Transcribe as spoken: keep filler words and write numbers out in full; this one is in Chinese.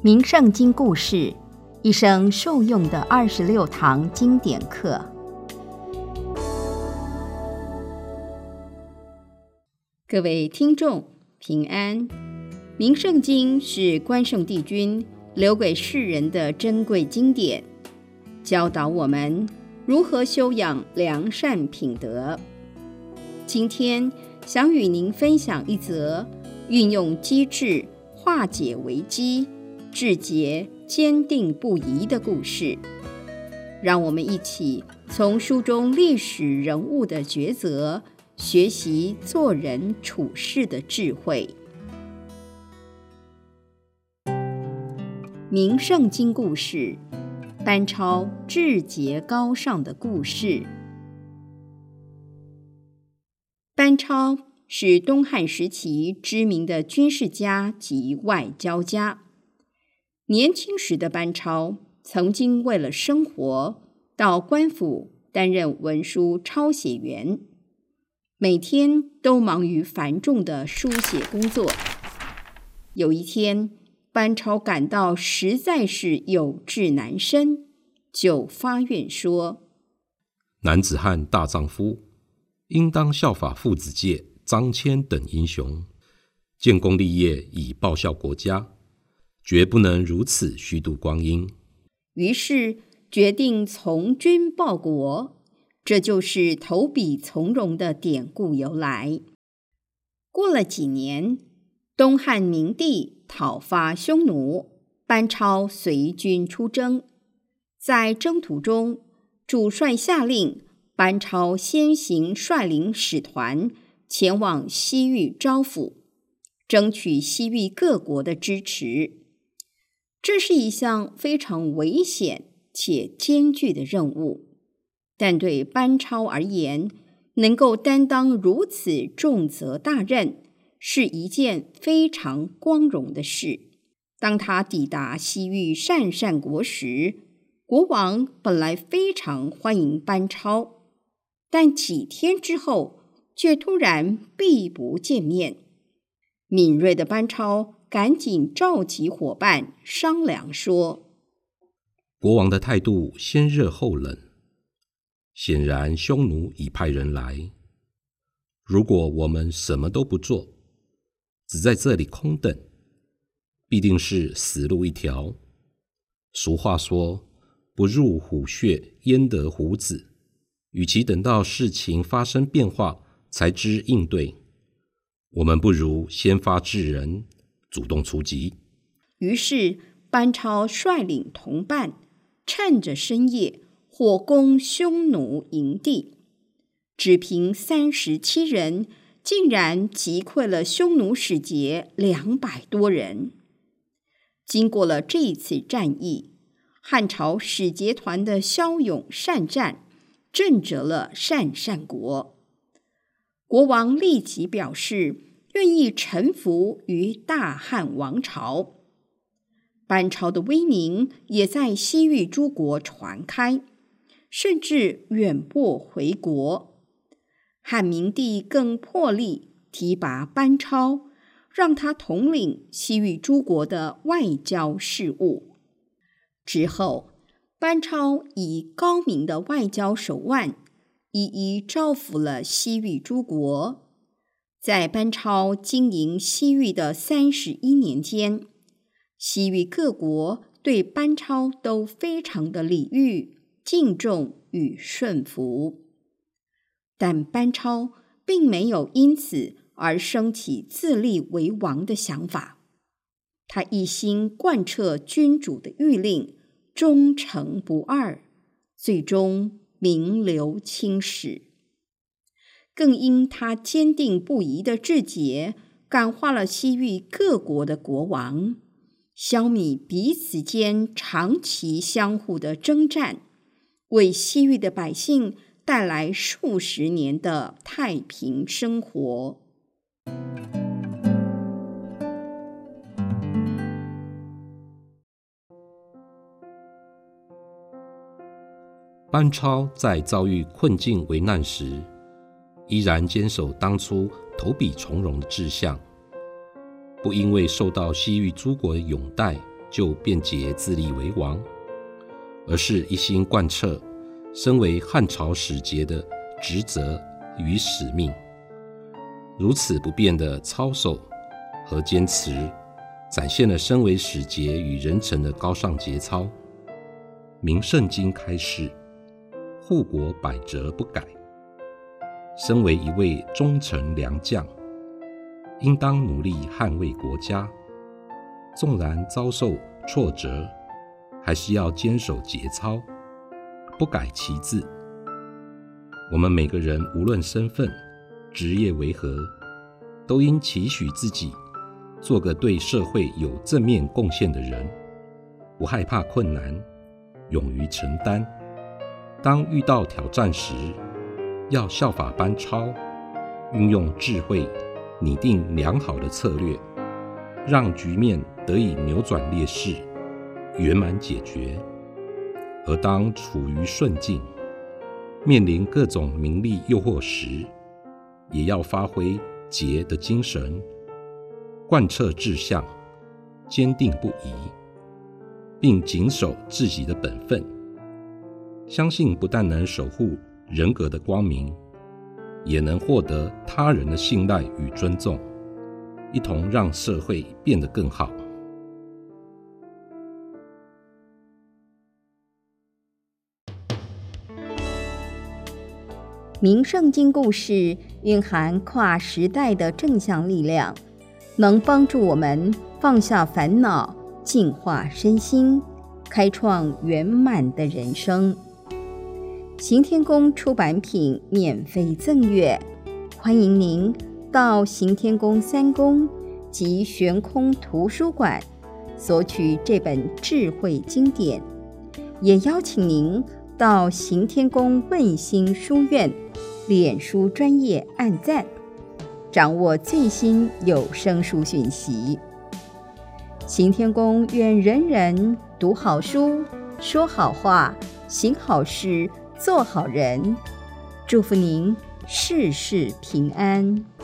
名圣经故事，一生受用的二十六堂经典课。各位听众平安。名圣经是关圣帝君留给世人的珍贵经典，教导我们如何修养良善品德。今天想与您分享一则运用机智化解危机、志节坚定不移的故事。让我们一起从书中历史人物的抉择，学习做人处事的智慧。名圣经故事，班超志节高尚的故事。班超是东汉时期知名的军事家及外交家。年轻时的班超曾经为了生活到官府担任文书抄写员，每天都忙于繁重的书写工作。有一天，班超感到实在是有志难伸，就发愿说： 男子汉大丈夫，应当效法父子介、张骞等英雄，建功立业以报效国家，绝不能如此虚度光阴。 于是决定从军报国，这就是投笔从戎的典故由来。过了几年，东汉明帝讨伐匈奴，班超随军出征。在征途中，主帅下令班超先行率领使团前往西域招抚，争取西域各国的支持。这是一项非常危险且艰巨的任务，但对班超而言，能够担当如此重责大任，是一件非常光荣的事。当他抵达西域鄯善国时，国王本来非常欢迎班超，但几天之后却突然避不见面。敏锐的班超赶紧召集伙伴商量说： 国王的态度先热后冷，显然匈奴已派人来。如果我们什么都不做，只在这里空等，必定是死路一条。俗话说，不入虎穴焉得虎子，与其等到事情发生变化才知应对，我们不如先发制人，主动出击。 于是班超率领同伴，趁着深夜火攻匈奴营地，只凭三十七人，竟然击溃了匈奴使节两百多人。经过了这一次战役，汉朝使节团的骁勇善战，震慑了鄯善国。国王立即表示愿意臣服于大汉王朝。班超的威名也在西域诸国传开，甚至远播回国。汉明帝更破例提拔班超，让他统领西域诸国的外交事务。之后，班超以高明的外交手腕，一一招服了西域诸国。在班超经营西域的三十一年间，西域各国对班超都非常的礼遇、敬重与顺服。但班超并没有因此而升起自立为王的想法，他一心贯彻君主的谕令，忠诚不二，最终名留青史。更因他坚定不移的志节，感化了西域各国的国王，消弭彼此间长期相互的征战，为西域的百姓带来数十年的太平生活。 班超在遭遇困境危难时，依然坚守当初投笔从戎的志向，不因为受到西域诸国的拥戴就便捷自立为王，而是一心贯彻身为汉朝使节的职责与使命。如此不变的操守和坚持，展现了身为使节与人臣的高尚节操。明圣经开示，护国百折不改。身为一位忠臣良将，应当努力捍卫国家，纵然遭受挫折，还是要坚守节操，不改其志。我们每个人无论身份、职业为何，都应期许自己做个对社会有正面贡献的人，不害怕困难，勇于承担。当遇到挑战时，要效法班超，运用智慧，拟定良好的策略，让局面得以扭转劣势，圆满解决。而当处于顺境，面临各种名利诱惑时，也要发挥节的精神，贯彻志向，坚定不移，并谨守自己的本分。相信不但能守护人格的光明，也能获得他人的信赖与尊重，一同让社会变得更好。 明圣经故事蕴含跨时代的正向力量，能帮助我们放下烦恼，净化身心，开创圆满的人生。行天宫出版品免费赠阅，欢迎您到行天宫三宫及悬空图书馆索取这本智慧经典，也邀请您到行天宫问心书院脸书专页按赞，掌握最新有声书讯息。行天宫愿人人读好书，说好话，行好事，做好人。祝福您事事平安。